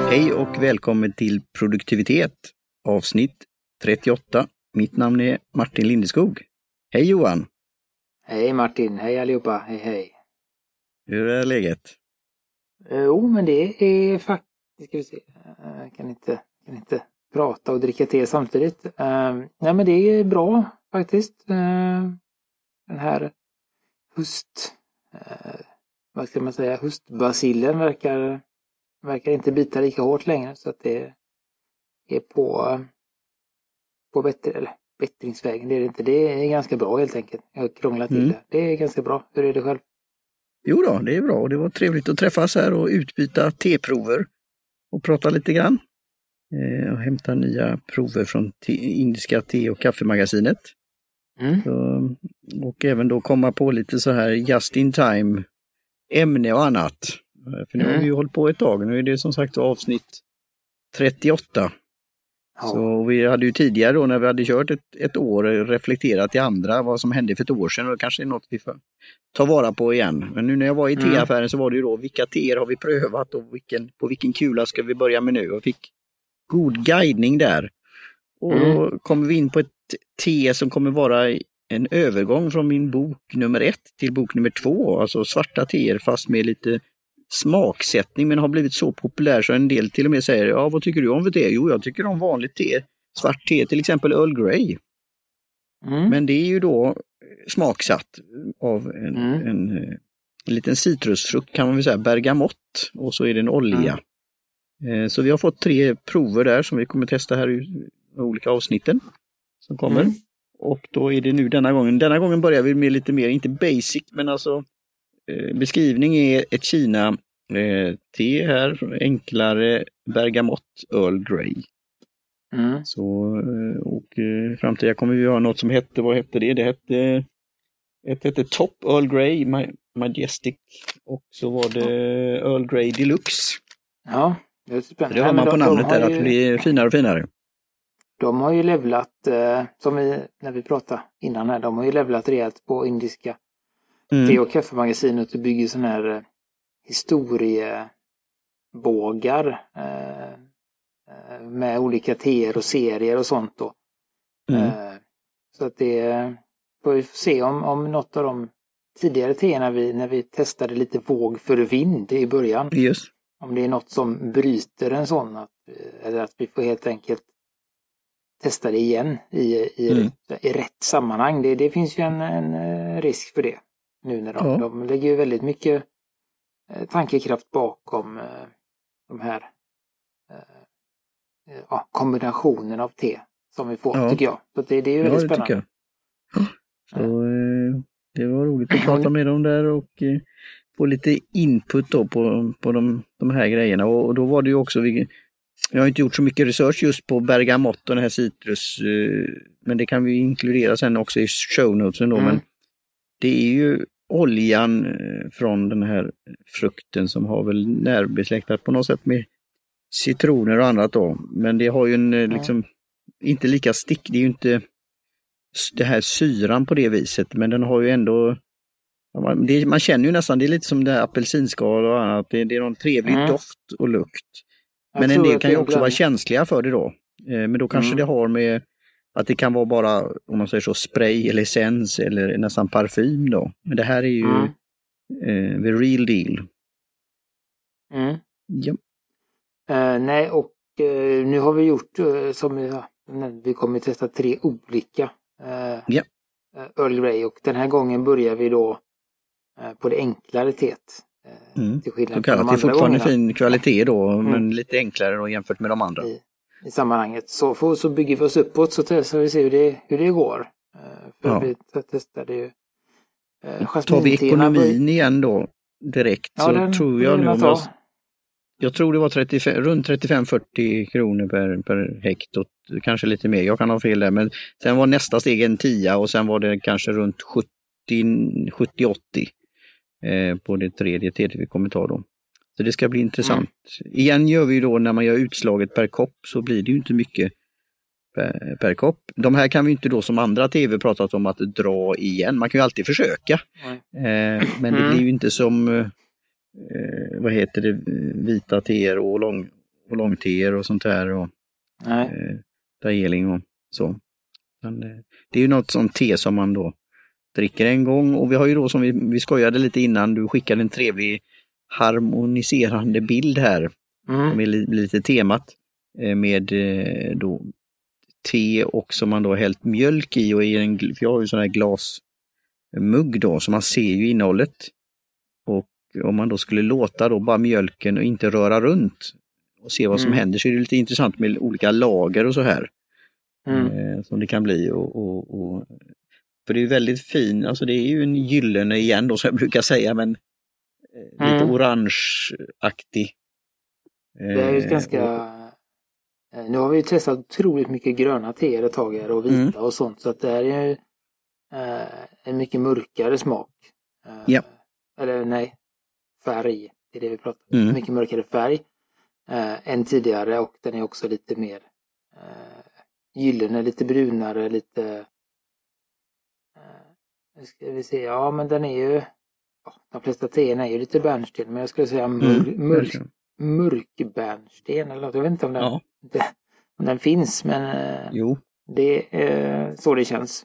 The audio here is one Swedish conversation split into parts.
Hej och välkommen till Produktivitet, avsnitt 38. Mitt namn är Martin Lindeskog. Hej Johan! Hej Martin, hej allihopa, hej. Hur är läget? Men det är faktiskt, ska vi se, kan inte prata och dricka te samtidigt. Nej men det är bra faktiskt. Den här vad ska man säga, höstbasillen verkar inte bita lika hårt längre, så att det är på bättringsvägen. Det är det inte. Det är ganska bra helt enkelt. Jag har krånglat till det. Det är ganska bra. Hur är det själv? Jo då, det är bra. Det var trevligt att träffas här och utbyta teprover och prata lite grann. Och hämta nya prover från indiska te- och kaffemagasinet. Så, och även då komma på lite så här just in time ämne och annat. För nu har vi ju hållit på ett tag. Nu är det som sagt avsnitt 38. Ja. Så vi hade ju tidigare då när vi hade kört ett år reflekterat i andra vad som hände för ett år sedan, och det kanske är något vi får ta vara på igen. Men nu när jag var i teaffären så var det ju då vilka teer har vi prövat och på vilken kula ska vi börja med nu, och fick god guidning där. Och då kommer vi in på ett te som kommer vara en övergång från min bok nummer 1 till bok nummer 2, alltså svarta teer fast med lite smaksättning, men har blivit så populär så en del till och med säger, ja vad tycker du om för te? Jo, jag tycker om vanligt te, svart te, till exempel Earl Grey. Men det är ju då smaksatt av en liten citrusfrukt, kan man väl säga, bergamott, och så är det en olja. Så vi har fått 3 prover där som vi kommer testa här i olika avsnitten som kommer. Och då är det nu denna gången börjar vi med lite mer, inte basic, men alltså beskrivning är ett Kina te här, enklare bergamott Earl Grey. Så, och framtida kommer vi ha något som hette, vad hette det? Det hette Top Earl Grey Majestic, och så var det Earl Grey Deluxe. Ja, det är spännande. Det har man på namnet där, att det blir finare och finare. De har ju levlat, när vi pratade innan här, de har ju levlat rejält på indiska te- och kaffemagasinet och bygger sån här historiebågar med olika teer och serier och sånt då. Så att det får vi se om något av de tidigare teerna när vi testade lite våg för vind i början. Yes. Om det är något som bryter en sån, eller att vi får helt enkelt testa det igen i rätt sammanhang. Det finns ju en risk för det. Nu när de lägger ju väldigt mycket tankekraft bakom de här kombinationen av te som vi får, tycker jag. Så det är ju väldigt spännande. Så det var roligt att prata med dem där och få lite input då på de här grejerna. Och då var det ju också, jag har inte gjort så mycket research just på bergamott och den här citrus, men det kan vi inkludera sen också i show notesen då. Men det är ju oljan från den här frukten som har väl närbesläktat på något sätt med citroner och annat då. Men det har ju en liksom inte lika det är ju inte det här syran på det viset, men den har ju ändå, man känner ju nästan, det är lite som det här apelsinskal och annat, det är någon trevlig doft och lukt. Men en del kan ju också vara känsliga för det då. Men då kanske det har med att det kan vara bara, om man säger så, spray eller essens eller nästan parfym då. Men det här är ju the real deal. Ja. Nej, och nu har vi gjort vi kommer att testa 3 olika Earl Grey, och den här gången börjar vi då på det enklare teet. Till skillnad så kallat, det är fortfarande fin kvalitet då, men lite enklare då jämfört med de andra. I sammanhanget. Så bygger vi oss uppåt, så testar vi se hur det går. Vi testade ju tar vi ekonomin igen då direkt, så tror jag nu jag tror det var runt 35-40 kronor per hekto, kanske lite mer, jag kan ha fel där, men sen var nästa steg en 10 och sen var det kanske runt 70-80 på det tredje teet vi kommer ta då. Så det ska bli intressant. Igen gör vi då, när man gör utslaget per kopp så blir det ju inte mycket per kopp. De här kan vi inte då som andra tv pratat om att dra igen. Man kan ju alltid försöka. Men det blir ju inte som vita teer och och långteer och sånt här och Darjeeling och så. Men, det är ju något sånt te som man då dricker en gång, och vi har ju då, som vi skojade lite innan, du skickade en trevlig harmoniserande bild här som är lite temat med då te och som man då har hällt mjölk i, och för jag har ju sån här glasmugg då, så man ser ju innehållet, och om man då skulle låta då bara mjölken och inte röra runt och se vad som händer, så är det lite intressant med olika lager och så här som det kan bli, och för det är väldigt fin, alltså det är ju en gyllene igen då, som jag brukar säga, men lite orangeaktig. Det är ju ganska... Nu har vi ju testat otroligt mycket gröna teer ett tag här och vita och sånt, så att det här är ju en mycket mörkare smak. Ja. Eller nej, färg, det är det vi pratar om. Mycket mörkare färg än tidigare, och den är också lite mer gyllene, lite brunare, lite... Nu ska vi se, ja men den är ju... de flesta teerna är ju lite bärnsten, men jag skulle säga mörkbärnsten eller något. Jag vet inte om den finns, men det är så det känns.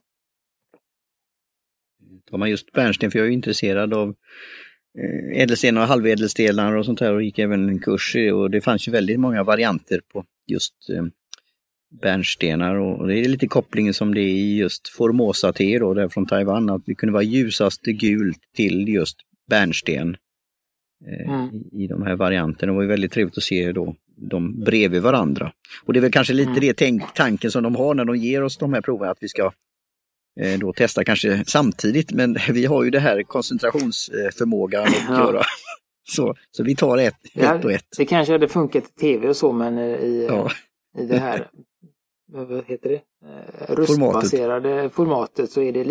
Tar man just bärnsten, för jag är ju intresserad av ädelstenar och halvädelstenar och sånt här, och gick även en kurs i, och det fanns ju väldigt många varianter på just bärnstenar, och det är lite kopplingen som det är i just Formosa-te då, där från Taiwan, att det kunde vara ljusaste gult till just bärnsten i de här varianterna. Det var ju väldigt trevligt att se då de bredvid varandra. Och det är väl kanske lite det tanken som de har när de ger oss de här proven, att vi ska då testa kanske samtidigt, men vi har ju det här koncentrationsförmågan att göra. Så vi tar ett och ett. Det kanske hade funkat i tv och så, men i det här vad heter det? Röstbaserade formatet så är det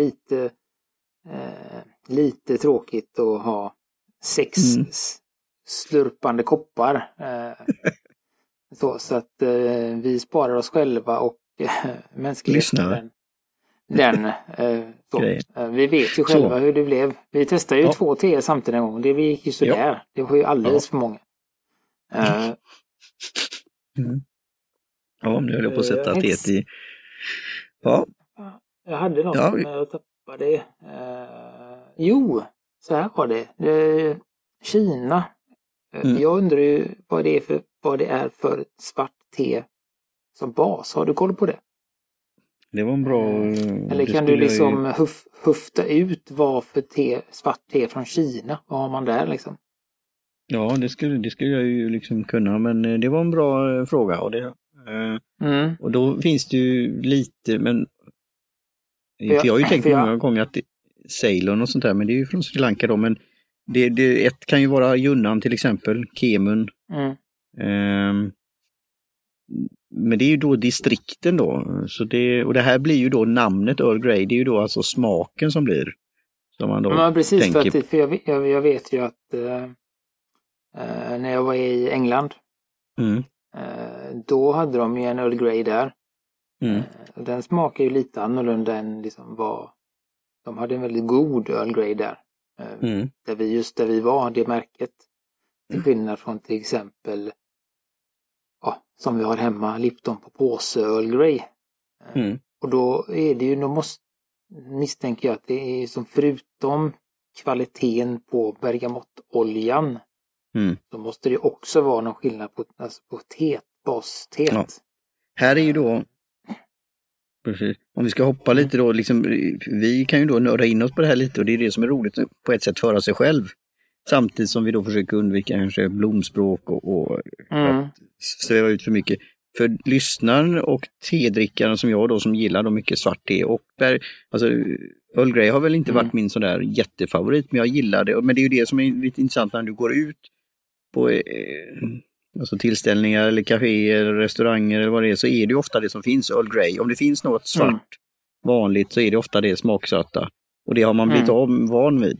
lite tråkigt att ha 6 slurpande koppar. Så att vi sparar oss själva och mänskligheten. Vi vet ju själva hur det blev. Vi testade ju 2 te samtidigt en gång. Det gick ju sådär. Det var ju alldeles för många. Ja, nu höll jag på att sätta teet i... Ja. Jag hade något men jag tappade det. Så här var det. Kina. Jag undrar ju vad det är för svart te som bas. Har du koll på det? Det var en bra... Eller kan du liksom höfta ut vad för svart te från Kina? Vad har man där liksom? Ja, det skulle jag ju liksom kunna, men det var en bra fråga. Och då finns det ju lite, men för jag har ju tänkt många gånger att Ceylon och sånt där, men det är ju från Sri Lanka då, men ett kan ju vara Yunnan till exempel, Kemun. Men det är ju då distrikten då, och det här blir ju då namnet Earl Grey, det är ju då alltså smaken som blir. Som man då precis, tänker... för jag vet ju att när jag var i England då hade de ju en Earl Grey där. Den smakar ju lite annorlunda än liksom de hade en väldigt god Earl Grey där. Där vi var, det märket. Till skillnad från till exempel som vi har hemma, Lipton på påse Earl Grey. Och då är det ju, misstänker jag att det är som förutom kvaliteten på bergamottoljan så måste det också vara någon skillnad på basteet. Ja. Här är ju då, precis, om vi ska hoppa lite då, liksom, vi kan ju då nörda in oss på det här lite, och det är det som är roligt på ett sätt, höra sig själv. Samtidigt som vi då försöker undvika kanske blomspråk och att sväva ut för mycket. För lyssnaren och tedrickaren som jag då, som gillar då mycket svart te och alltså Earl Grey har väl inte varit min sån där jättefavorit, men jag gillar det. Men det är ju det som är lite intressant när du går ut på alltså tillställningar eller kaféer eller restauranger eller vad det är, så är det ju ofta det som finns, Earl Grey. Om det finns något svart vanligt så är det ofta det smaksöta. Och det har man blivit van vid.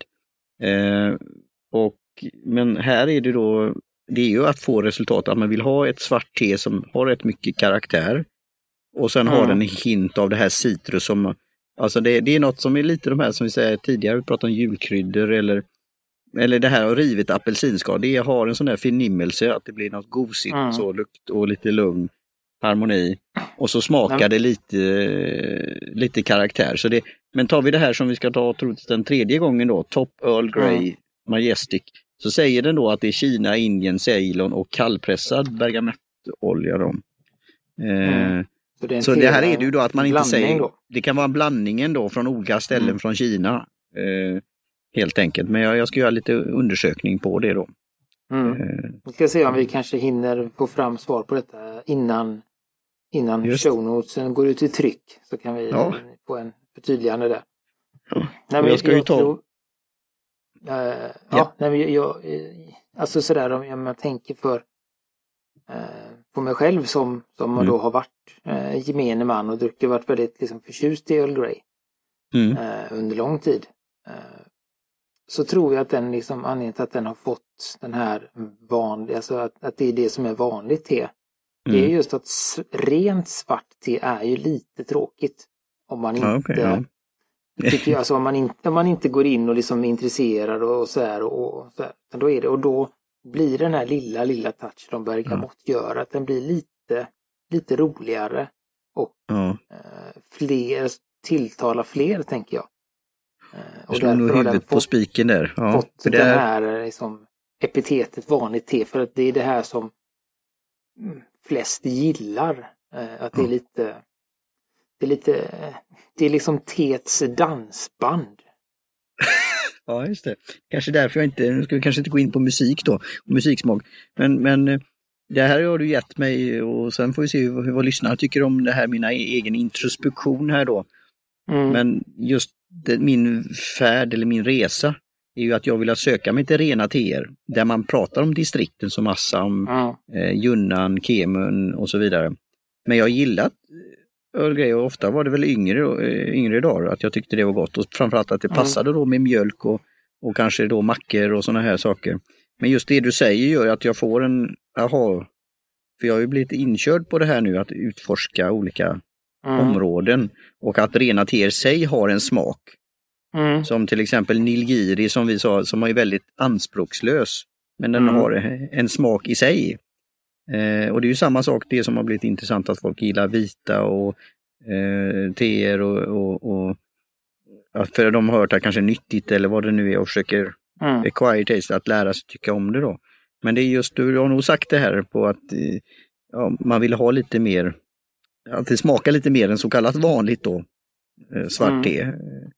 Men här är det då, det är ju att få resultat att man vill ha ett svart te som har rätt mycket karaktär och sen har den en hint av det här citrus som, alltså det är något som är lite de här som vi säger tidigare, vi pratade om julkryddor eller eller det här har rivit apelsinskal, det har en sån där förnimmelse att det blir något gosigt, så lukt och lite lugn harmoni. Och så smakar det lite karaktär. Så det, men tar vi det här som vi ska ta troligtvis den tredje gången då, Top Earl Grey Majestic, så säger den då att det är Kina, Indien, Ceylon och kallpressad bergamottolja då. Så det här är det ju då att man inte säger, då. Det kan vara blandningen då från olika ställen från Kina. Helt enkelt, men jag ska göra lite undersökning på det då. Vi ska se om vi kanske hinner få fram svar på detta innan shownotesen går ut i tryck, så kan vi få en förtydligande där. Nej, men jag ska ju ta... alltså sådär om jag tänker på mig själv som då har varit gemene man och varit väldigt liksom förtjust i Earl Grey under lång tid. Så tror jag att den liksom anledningen till att den har fått den här vanliga, alltså att det är det som är vanligt te. Det är just att rent svart te är ju lite tråkigt om man inte tycker jag, alltså om man inte går in och liksom är intresserad och så här och så här, då är det, och då blir den här lilla touch de bergamott gör att den blir lite roligare och tilltalar fler, tänker jag. Och slår nog huvudet på spiken där. Ja, fått det här liksom, epitetet vanligt te, för att det är det här som flest gillar. Att det är det är liksom teets dansband. Ja, just det. Kanske därför nu ska vi kanske inte gå in på musik då, musiksmak. Men det här har du gett mig, och sen får vi se vad lyssnarna tycker om det här, mina egen introspektion här då. Men just min färd eller min resa är ju att jag vill söka mig till rena teer där man pratar om distrikten som Assam, Yunnan, Kemun och så vidare. Men jag gillat Earl Grey, och ofta var det väl yngre dagar att jag tyckte det var gott, och framförallt att det passade då med mjölk och kanske då mackor och såna här saker. Men just det du säger gör att jag får för jag har ju blivit inkörd på det här nu, att utforska olika områden, och att rena teer sig har en smak. Som till exempel Nilgiri som vi sa, som är väldigt anspråkslös, men den har en smak i sig. Och det är ju samma sak det som har blivit intressant, att folk gillar vita och teer och för de har hört att kanske nyttigt eller vad det nu är och försöker acquire taste, att lära sig tycka om det då. Men det är just, du har nog sagt det här på att man vill ha lite mer, att det smakar lite mer än så kallat vanligt då, svart te.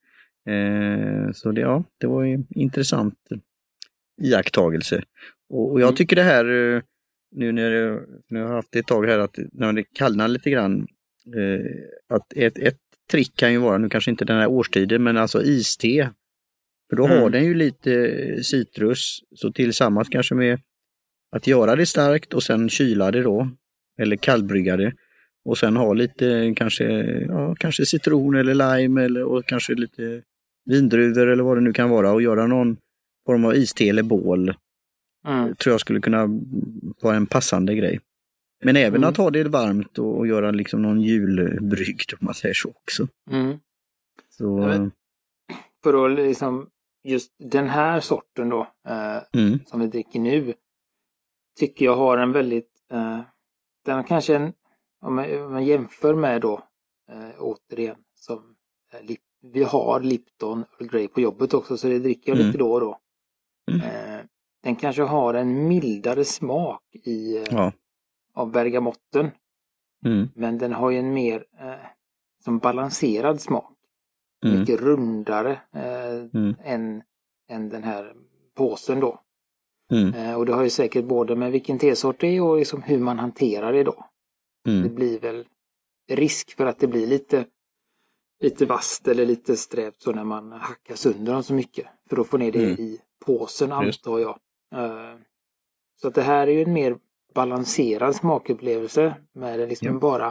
Så det var en intressant iakttagelse. Och jag tycker det här, nu när jag har haft det ett tag här, att när det kallnar lite grann, att ett trick kan ju vara, nu kanske inte den här årstiden, men alltså iste. För då har den ju lite citrus, så tillsammans kanske med att göra det starkt och sen kyla det då, eller kallbrygga det. Och sen ha lite kanske citron eller lime och kanske lite vindruvor eller vad det nu kan vara, och göra någon form av iste eller bål. Tror jag skulle kunna vara en passande grej. Men även att ha det varmt och göra liksom någon julbrygd, om man säger så också. Så... För att liksom, just den här sorten då, som vi dricker nu, tycker jag har en väldigt, den har kanske om man jämför med då, återigen, som vi har Lipton Earl Grey på jobbet också, så det dricker jag lite då och då. Den kanske har en mildare smak av bergamotten. Men den har ju en mer som balanserad smak. Mycket rundare än den här påsen då. Och det har ju säkert både med vilken tesort det är och liksom hur man hanterar det då. Det blir väl risk för att det blir lite vasst eller lite strävt så när man hackar sönder dem så mycket. För då får ner det i påsen, antar jag. Så att det här är ju en mer balanserad smakupplevelse med liksom bara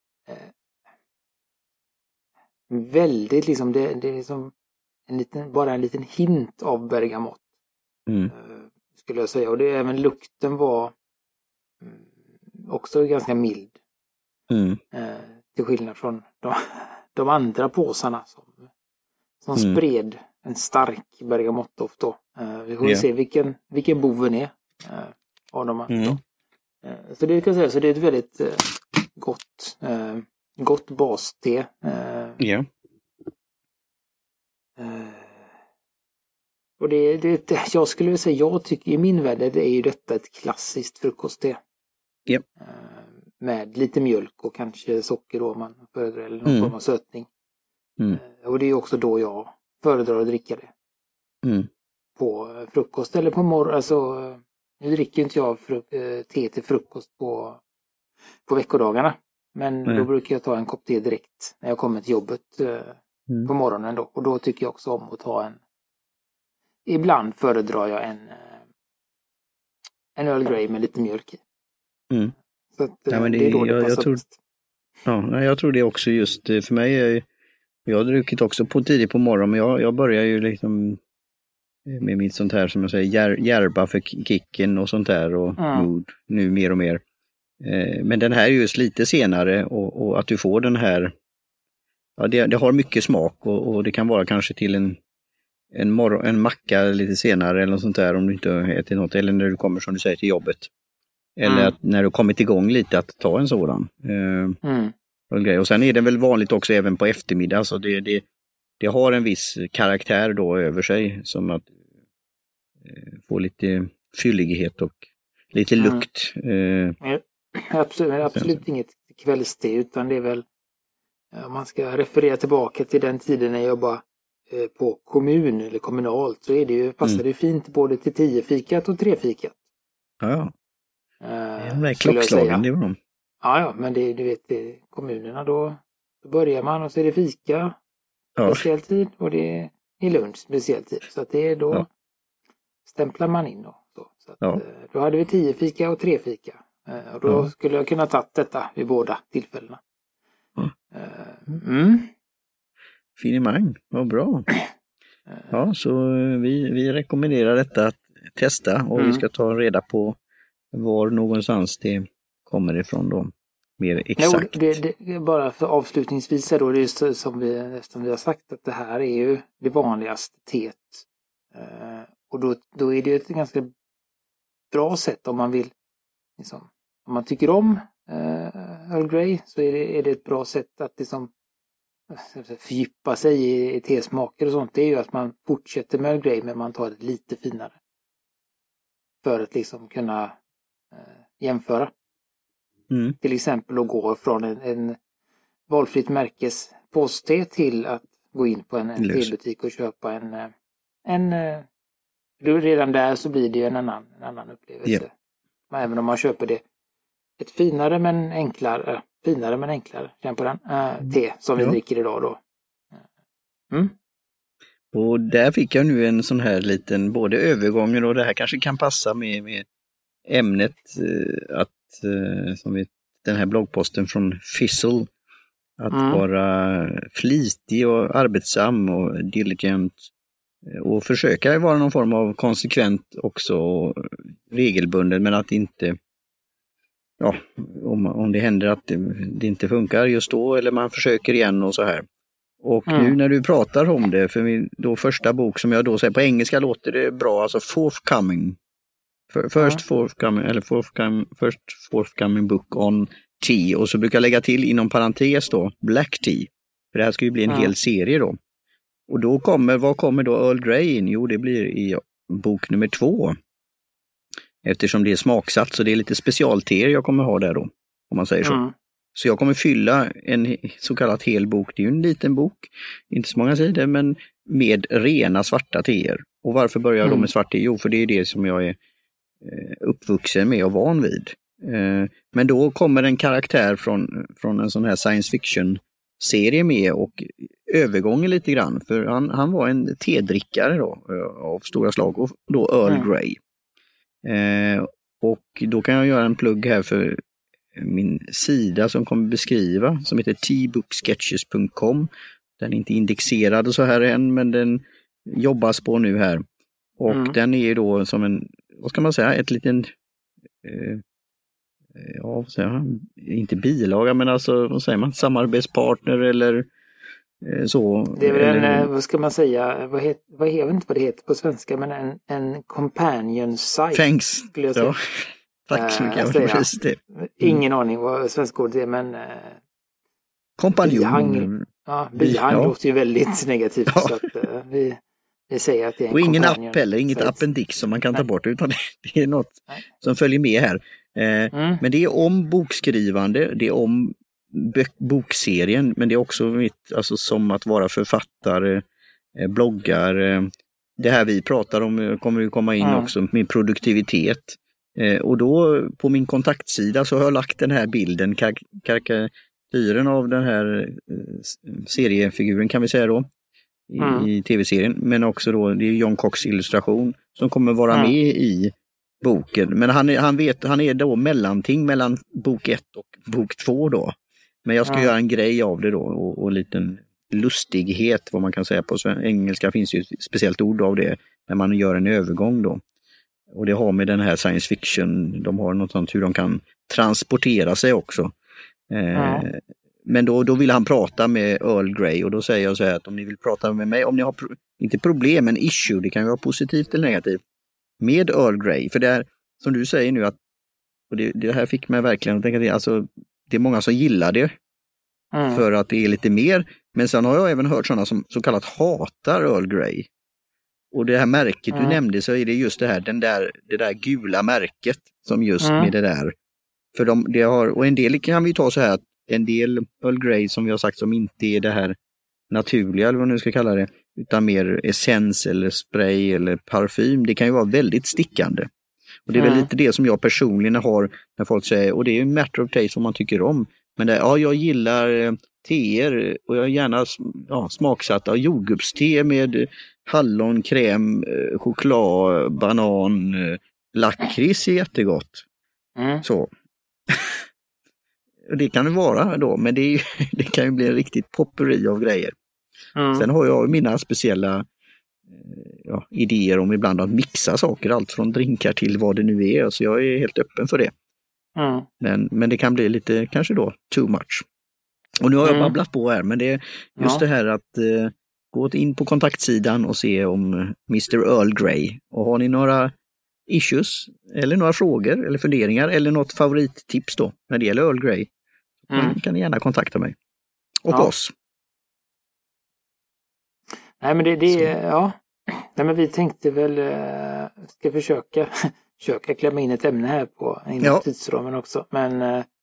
väldigt liksom, det är liksom bara en liten hint av bergamott. Skulle jag säga. Och det, även lukten var också ganska mild. Till skillnad från de andra påsarna som spred en stark bergamottdoft då. Vi får se vilken boven är av de här. Så det kan jag säga, så det är ett väldigt gott baste. Och jag skulle vilja säga, jag tycker i min värld är ju detta ett klassiskt frukostte. Med lite mjölk och kanske socker då, om man föredrar, eller någon form av sötning. Och det är också då jag föredrar att dricka det. På frukost eller på morgon. Alltså, nu dricker inte jag te till frukost på veckodagarna. Men då brukar jag ta en kopp te direkt när jag kommer till jobbet på morgonen då. Och då tycker jag också om att ta ibland föredrar jag en Earl Grey med lite mjölk i. Så att, det är då det passar bäst. Jag tror det också, just för mig. Jag har druckit också tidigt på morgonen, men jag börjar ju liksom med mitt sånt här, som jag säger, järba för kicken och sånt där, och mood nu mer och mer. Men den här är just lite senare, och att du får den här, det har mycket smak, och det kan vara kanske till en macka lite senare eller något sånt där, om du inte äter något, eller när du kommer, som du säger, till jobbet. Eller att när du kommit igång lite, att ta en sådan. Och sen är det väl vanligt också även på eftermiddag, så det har en viss karaktär då över sig, som att få lite fyllighet och lite lukt. Absolut inget kvällste, utan det är väl, om man ska referera tillbaka till den tiden när jag jobbade på kommun eller kommunalt, så är det ju, passar det fint både till 10-fikat och 3-fikat. Ja. Den där klockslagen, det var de. Ja, men du vet, kommunerna då börjar man, och så är det fika speciell tid, och det är lunch speciell tid. Så att det är då stämplar man in då. Så att, då hade vi 10-fika och 3-fika. Och då skulle jag kunna ta detta vid båda tillfällena. Finemang, vad bra. Ja, så vi rekommenderar detta att testa, och vi ska ta reda på var någonstans det kommer ifrån då, mer exakt. Det bara för avslutningsvis då, det är just som vi har sagt, att det här är ju det vanligaste teet. Och då är det ett ganska bra sätt om man vill, liksom, om man tycker om Earl Grey, så är det ett bra sätt att liksom fördjupa sig i tesmaker och sånt. Det är ju att man fortsätter med Earl Grey, men man tar det lite finare. För att liksom kunna jämföra. Till exempel att gå från en valfritt märkes poste till att gå in på en tebutik och köpa redan där så blir det ju en annan upplevelse. Men även om man köper det ett finare men enklare, känn på den, te som vi dricker idag då. Och där fick jag nu en sån här liten, både övergången, och det här kanske kan passa med ämnet, att som den här bloggposten från Fizzle, att vara flitig och arbetsam och diligent, och försöka vara någon form av konsekvent också, och regelbunden, men att inte, om det händer att det inte funkar just då, eller man försöker igen och så här. Och nu när du pratar om det, för min då första bok, som jag då säger på engelska låter det bra, alltså forthcoming. First forthcoming book on tea, och så brukar jag lägga till inom parentes då black tea. För det här ska ju bli en hel serie då. Och då vad kommer då Earl Grey in? Jo, det blir i bok nummer 2. Eftersom det är smaksatt, så det är lite specialteer jag kommer ha där då, om man säger så. Så jag kommer fylla en så kallad hel bok. Det är ju en liten bok, inte så många sidor, men med rena svarta teer. Och varför börjar jag då med svart te? Jo, för det är det som jag är uppvuxen med och van vid. Men då kommer en karaktär från en sån här science fiction serie med, och övergången lite grann, för han var en tedrickare då, av stora slag, och då Earl Grey. Och då kan jag göra en plugg här för min sida som kommer beskriva, som heter teabooksketches.com. Den är inte indexerad och så här än, men den jobbas på nu här. Och den är då som en, vad ska man säga, ett liten inte bilaga, men alltså, vad säger man, samarbetspartner, eller Så, det är väl en, vad ska man säga, jag vet inte vad det heter på svenska, men en companion site. Thanks. Skulle jag säga. Ja. Tack så mycket. Ingen aning vad svenska ordet är, men kompanjon. Bihang låter ju väldigt negativt, så att vi säger att det är en och ingen companion app eller inget appendix som man kan ta bort, utan det är något som följer med här. Men det är om bokskrivande, det är om bokserien, men det är också alltså som att vara författare, bloggar. Det här vi pratar om kommer ju komma in också med produktivitet. Och då på min kontaktsida så har jag lagt den här bilden, karikatyren av den här seriefiguren kan vi säga då, i tv-serien. Men också då, det är John Cox illustration som kommer vara med i boken. Men han är då mellanting mellan bok 1 och bok 2 då. Men jag ska göra en grej av det då och liten lustighet, vad man kan säga på engelska finns ju ett speciellt ord av det när man gör en övergång då. Och det har med den här science fiction, de har något sånt hur de kan transportera sig också. Men då vill han prata med Earl Grey, och då säger jag så här att om ni vill prata med mig, om ni har inte problem, men issue, det kan ju vara positivt eller negativt, med Earl Grey. För det är som du säger nu, att och det här fick mig verkligen att tänka, alltså, det är många som gillar det för att det är lite mer, men sen har jag även hört sådana som så kallat hatar Earl Grey. Och det här märket du nämnde, så är det just det här, det där gula märket som just med det där. För det har, och en del kan vi ta så här, att en del Earl Grey som vi har sagt som inte är det här naturliga, eller vad man nu ska kalla det, utan mer essens eller spray eller parfym, det kan ju vara väldigt stickande. Och det är väl lite det som jag personligen har när folk säger, och det är en matter of taste som man tycker om, men jag gillar teer och jag gärna smaksatta jordgubbste med hallon, kräm, choklad, banan, lakrits är jättegott. Så. Och det kan det vara då, men det kan ju bli en riktigt popperi av grejer. Sen har jag mina speciella idéer om ibland att mixa saker, allt från drinkar till vad det nu är. Så jag är helt öppen för det. Men det kan bli lite, kanske då, too much. Och nu har jag babblat på här, men det är just det här att gå in på kontaktsidan och se om Mr. Earl Grey. Och har ni några issues eller några frågor eller funderingar eller något favorittips då när det gäller Earl Grey, kan ni gärna kontakta mig och oss. Nej, men Nej, men vi tänkte väl ska försöka klämma in ett ämne här inom tidsramen också, men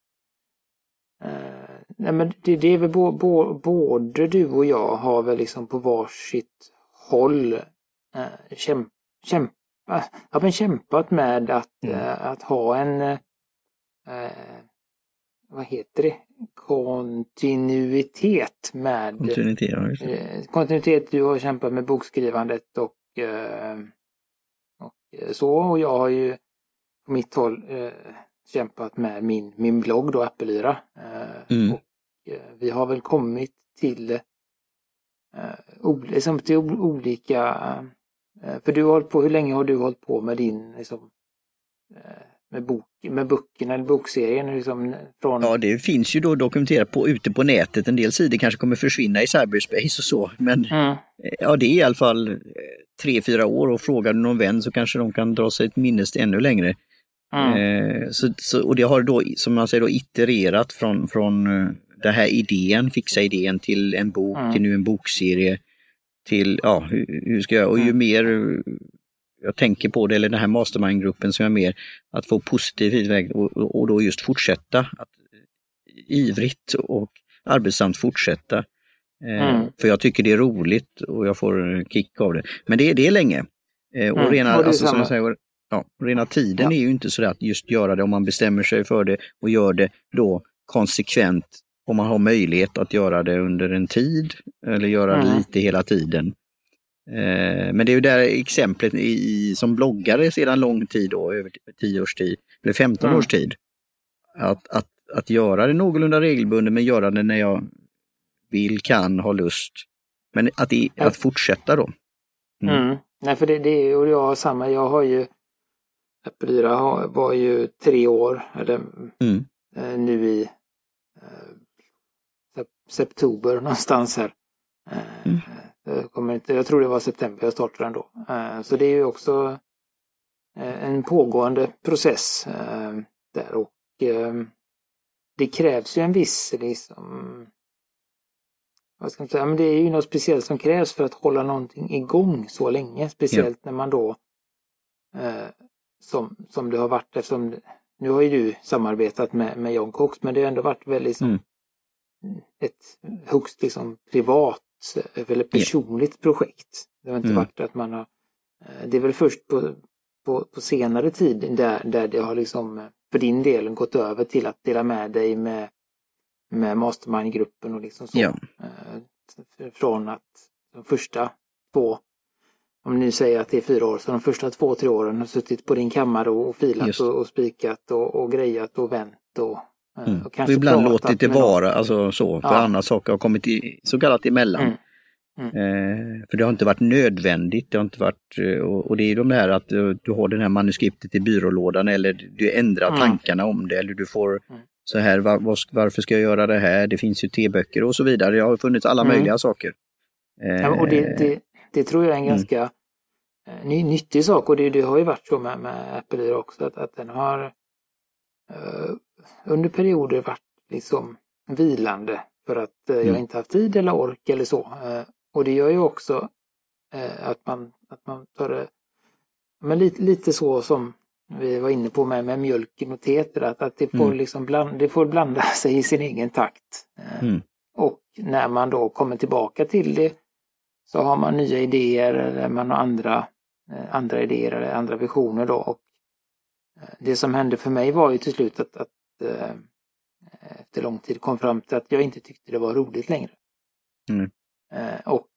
nej, men det är väl både du och jag har väl liksom på varsitt håll kämpat med att ha en vad heter det? Kontinuitet med kontinuitet. Du har kämpat med bokskrivandet och så, och jag har ju på mitt håll kämpat med min blogg då, Appelyra. Och vi har väl kommit till olika, för du har hållit på, hur länge har du hållit på med din liksom, med böckerna eller bokserien liksom, från... Ja, det finns ju då dokumenterat ute på nätet. En del sidor kanske kommer försvinna i cyberspace och så, men det är i alla fall 3-4 år, och frågar du någon vän så kanske de kan dra sig ett minnes ännu längre. Och det har då, som man säger då, itererat från den här fixa idén till en bok, till nu en bokserie, till hur ska jag, och ju mer jag tänker på det, eller den här mastermind-gruppen som är mer att få positiv feedback och då just fortsätta att ivrigt och arbetsamt fortsätta. För jag tycker det är roligt och jag får kick av det. Men det är länge. Och rena tiden är ju inte så att just göra det om man bestämmer sig för det och gör det då konsekvent, om man har möjlighet att göra det under en tid eller göra det lite hela tiden. Men det är ju där exemplet som bloggare sedan lång tid då, över 10 års tid eller 15 års tid, att göra det någorlunda regelbundet, men göra det när jag vill, kan, ha lust, men att fortsätta då. Nej, för det är, och jag har samma, jag har ju Appelyra var ju 3 år eller nu i september någonstans här. Jag tror det var september jag startade den då. Så det är ju också en pågående process där, och det krävs ju en viss liksom, vad ska man säga, men det är ju något speciellt som krävs för att hålla någonting igång så länge, speciellt när man då som det har varit, eftersom nu har ju du samarbetat med John Cox, men det har ändå varit väldigt ett högst liksom privat eller personligt projekt. Det har inte varit att man har, det är väl först på senare tid där det har liksom för din del gått över till att dela med dig med mastermind-gruppen och liksom så. Från att de första 2, om ni säger att det är 4 år, så de första 2-3 åren har suttit på din kammare och filat och spikat och grejat och vänt och kanske och ibland låtit det vara, alltså så, för andra saker har kommit så kallat emellan. För det har inte varit nödvändigt, det har inte varit, och det är ju de där att du har den här manuskriptet i byrålådan, eller du ändrar tankarna om det, eller du får så här, varför ska jag göra det här? Det finns ju teböcker och så vidare. Det har funnits alla möjliga saker. Och det tror jag är en ganska nyttig sak, och det har ju varit så med Apple också, att den har under perioder varit liksom vilande för att jag inte haft tid eller ork eller så. Och det gör ju också att man tar det, men lite så som vi var inne på med mjölken och teter, att det får liksom det får blanda sig i sin egen takt. Och när man då kommer tillbaka till det så har man nya idéer, eller man har andra idéer eller andra visioner då. Och det som hände för mig var ju till slut att efter lång tid kom fram till att jag inte tyckte det var roligt längre. Och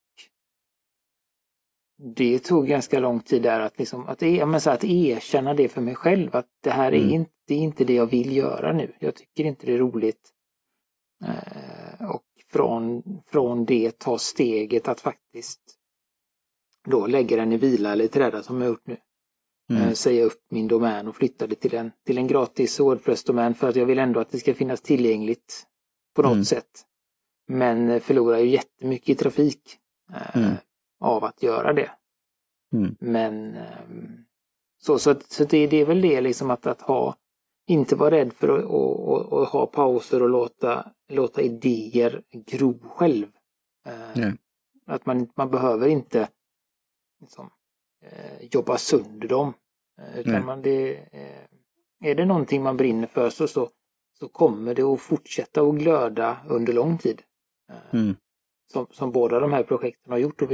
det tog ganska lång tid där att erkänna det för mig själv, att det här är inte det jag vill göra nu. Jag tycker inte det är roligt. Och från det ta steget att faktiskt då lägga den i vila eller träda som jag gjort nu. Säga upp min domän och flytta det till en gratis WordPress-domän, för att jag vill ändå att det ska finnas tillgängligt på något sätt. Men förlorar ju jättemycket i trafik av att göra det. Men så det är väl det liksom, att inte vara rädd för att ha pauser och låta idéer gro själv. Att man behöver inte liksom, jobba sönder dem. Utan är det någonting man brinner för så kommer det att fortsätta att glöda under lång tid. Som båda de här projekten har gjort. Och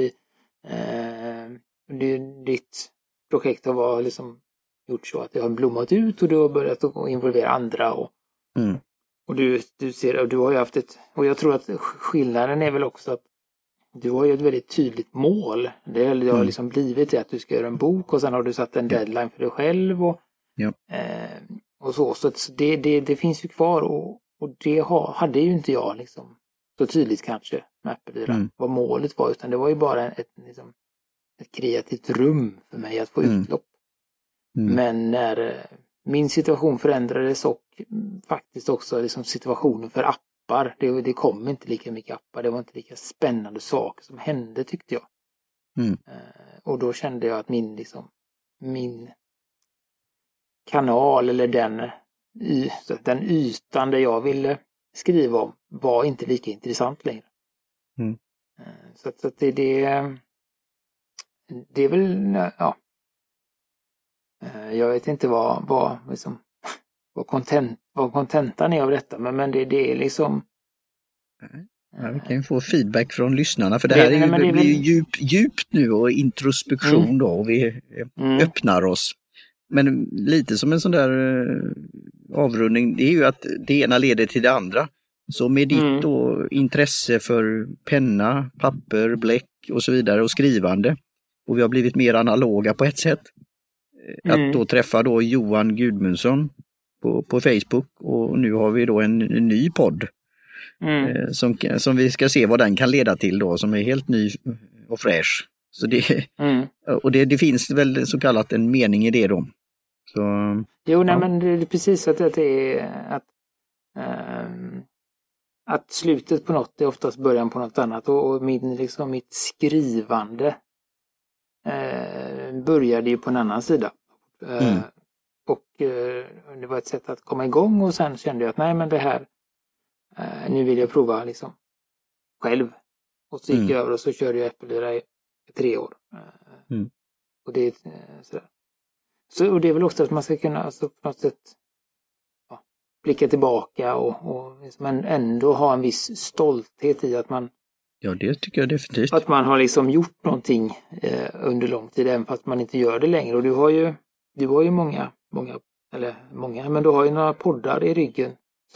ditt projekt har liksom gjort så att det har blommat ut, och du har börjat att involvera andra. Och du ser, och du har ju haft och jag tror att skillnaden är väl också att du har ju ett väldigt tydligt mål. Det har liksom blivit det att du ska göra en bok, och sen har du satt en deadline för dig själv och så det finns ju kvar, och det hade ju inte jag liksom så tydligt kanske med Apple vad målet var, utan det var ju bara ett kreativt rum för mig att få utlopp. Men när min situation förändrades, och faktiskt också liksom situationen för appar, det kom inte lika mycket appar, det var inte lika spännande saker som hände, tyckte jag. Och då kände jag att min kanal, eller den ytan där jag ville skriva om, var inte lika intressant längre. Så att det är väl, jag vet inte vad kontentan är av detta, men det är liksom. Vi kan ju få feedback från lyssnarna, för det här blir ju djupt nu, och introspektion då, och vi öppnar oss. Men lite som en sån där avrundning, det är ju att det ena leder till det andra. Så med ditt då intresse för penna, papper, bläck och så vidare, och skrivande, och vi har blivit mer analoga på ett sätt, att då träffa då Johan Gudmundsson på Facebook, och nu har vi då en ny podd som vi ska se vad den kan leda till då, som är helt ny och fräsch. Så det finns väl så kallat en mening i det då. Så, men det är precis att det är att att slutet på något är oftast början på något annat. Och mitt skrivande började ju på en annan sida. Och det var ett sätt att komma igång, och sen kände jag att nej, men det här, nu vill jag prova liksom själv. Och så gick jag över och så körde jag Äppellyra i 3 år. Och det är sådär. Och det är väl också att man ska kunna alltså, på något sätt blicka tillbaka och liksom ändå ha en viss stolthet i att man... Ja, det tycker jag definitivt. Att man har liksom gjort någonting under lång tid, även fast man inte gör det längre. Och du har ju många, men du har ju några poddar i ryggen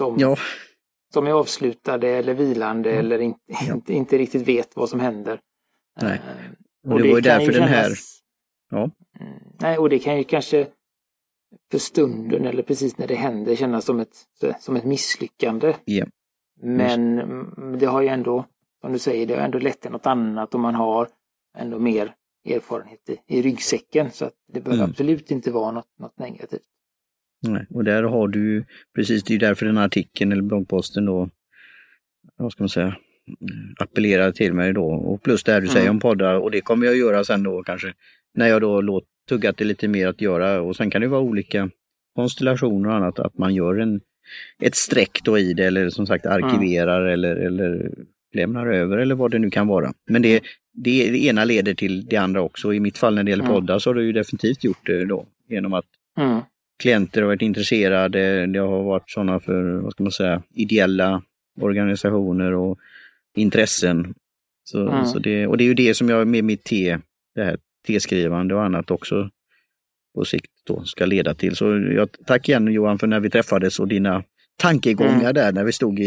som är avslutade eller vilande eller inte riktigt vet vad som händer. Nej. Och det var ju därför den här... Ja. Nej, och det kan ju kanske för stunden eller precis när det händer kännas som ett misslyckande. Yeah. Men det har ju ändå, som du säger, det har ändå lett till något annat, och man har ändå mer erfarenhet i ryggsäcken, så att det behöver absolut inte vara något negativt. Nej, och där har du precis, det är därför den här artikeln eller bloggposten då, vad ska man säga, appellerar till mig då, och plus det här du säger om poddar, och det kommer jag göra sen då kanske när jag då tuggat det lite mer att göra, och sen kan det vara olika konstellationer och annat, att man gör ett streck då i det, eller som sagt arkiverar eller lämnar över eller vad det nu kan vara. Men det ena leder till det andra också. I mitt fall när det gäller poddar så har du ju definitivt gjort det då, genom att klienter har varit intresserade. Det har varit sådana för, vad ska man säga, ideella organisationer och intressen. Så det är ju det som jag med mitt det här teskrivande och annat också på sikt då ska leda till. Så jag tack igen Johan för när vi träffades och dina tankegångar där när vi stod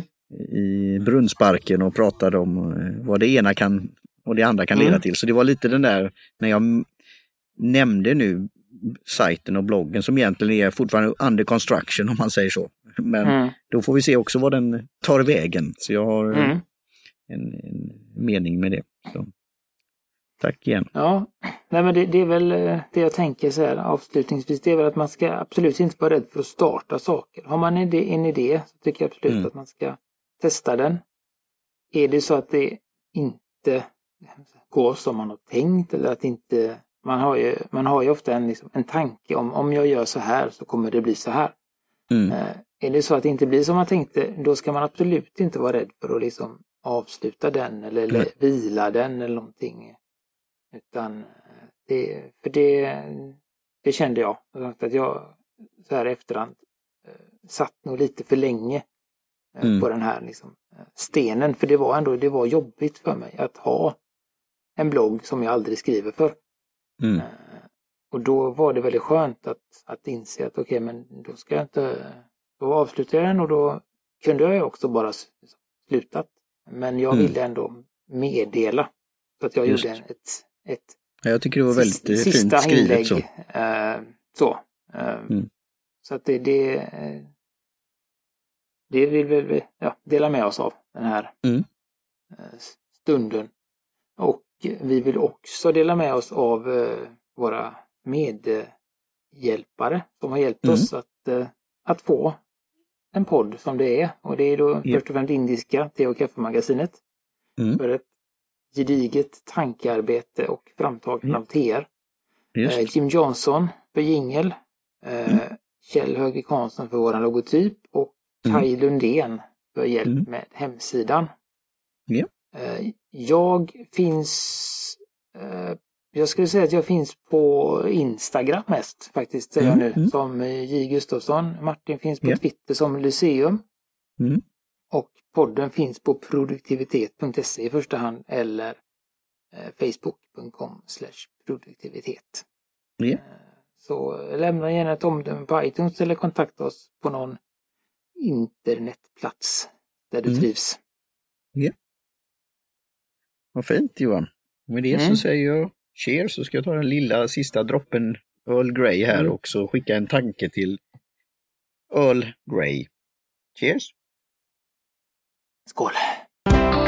i Brunnsparken och pratade om vad det ena kan och det andra kan leda till. Så det var lite den där, när jag nämnde nu sajten och bloggen som egentligen är fortfarande under construction om man säger så. Men då får vi se också vad den tar vägen. Så jag har en mening med det. Så. Tack igen. Ja, nej men det är väl det jag tänker så här avslutningsvis, det är väl att man ska absolut inte vara rädd för att starta saker. Har man en idé så tycker jag absolut att man ska testa den. Är det så att det inte går som man har tänkt, eller att inte, man har ju ofta en tanke om jag gör så här så kommer det bli så här. Är det så att det inte blir som man tänkte, då ska man absolut inte vara rädd för att liksom avsluta den eller vila den eller någonting. Utan det kände jag att jag så här efterhand satt nog lite för länge på den här liksom, stenen, för det var jobbigt för mig att ha en blogg som jag aldrig skriver för. Och då var det väldigt skönt att inse att okej, men då ska jag inte, då avslutar jag den, och då kunde jag också bara slutat. Men jag ville ändå meddela, så att jag gjorde ett jag tycker det var väldigt fint skrivet inlägg, så. Så att det vill vi dela med oss av den här stunden. Och vi vill också dela med oss av våra medhjälpare som har hjälpt oss att få en podd som det är. Och det är då först och främst indiska te- och kaffemagasinet. För ett gediget tankearbete och framtagande av teer. Jim Johnson för jingel. Kjell Högvik Hansson för våran logotyp. Och Kaj Lundén för hjälp med hemsidan. Jag skulle säga att jag finns på Instagram mest faktiskt, säger jag nu, som J. Gustafsson. Martin finns på Twitter som Lyceum. Och podden finns på produktivitet.se i första hand, eller facebook.com/produktivitet. Så lämna gärna ett omdöme på iTunes eller kontakta oss på någon internetplats där du trivs. Vad fint Johan. Med det så säger jag cheers, så ska jag ta den lilla sista droppen Earl Grey här och så skicka en tanke till Earl Grey. Cheers! Skål!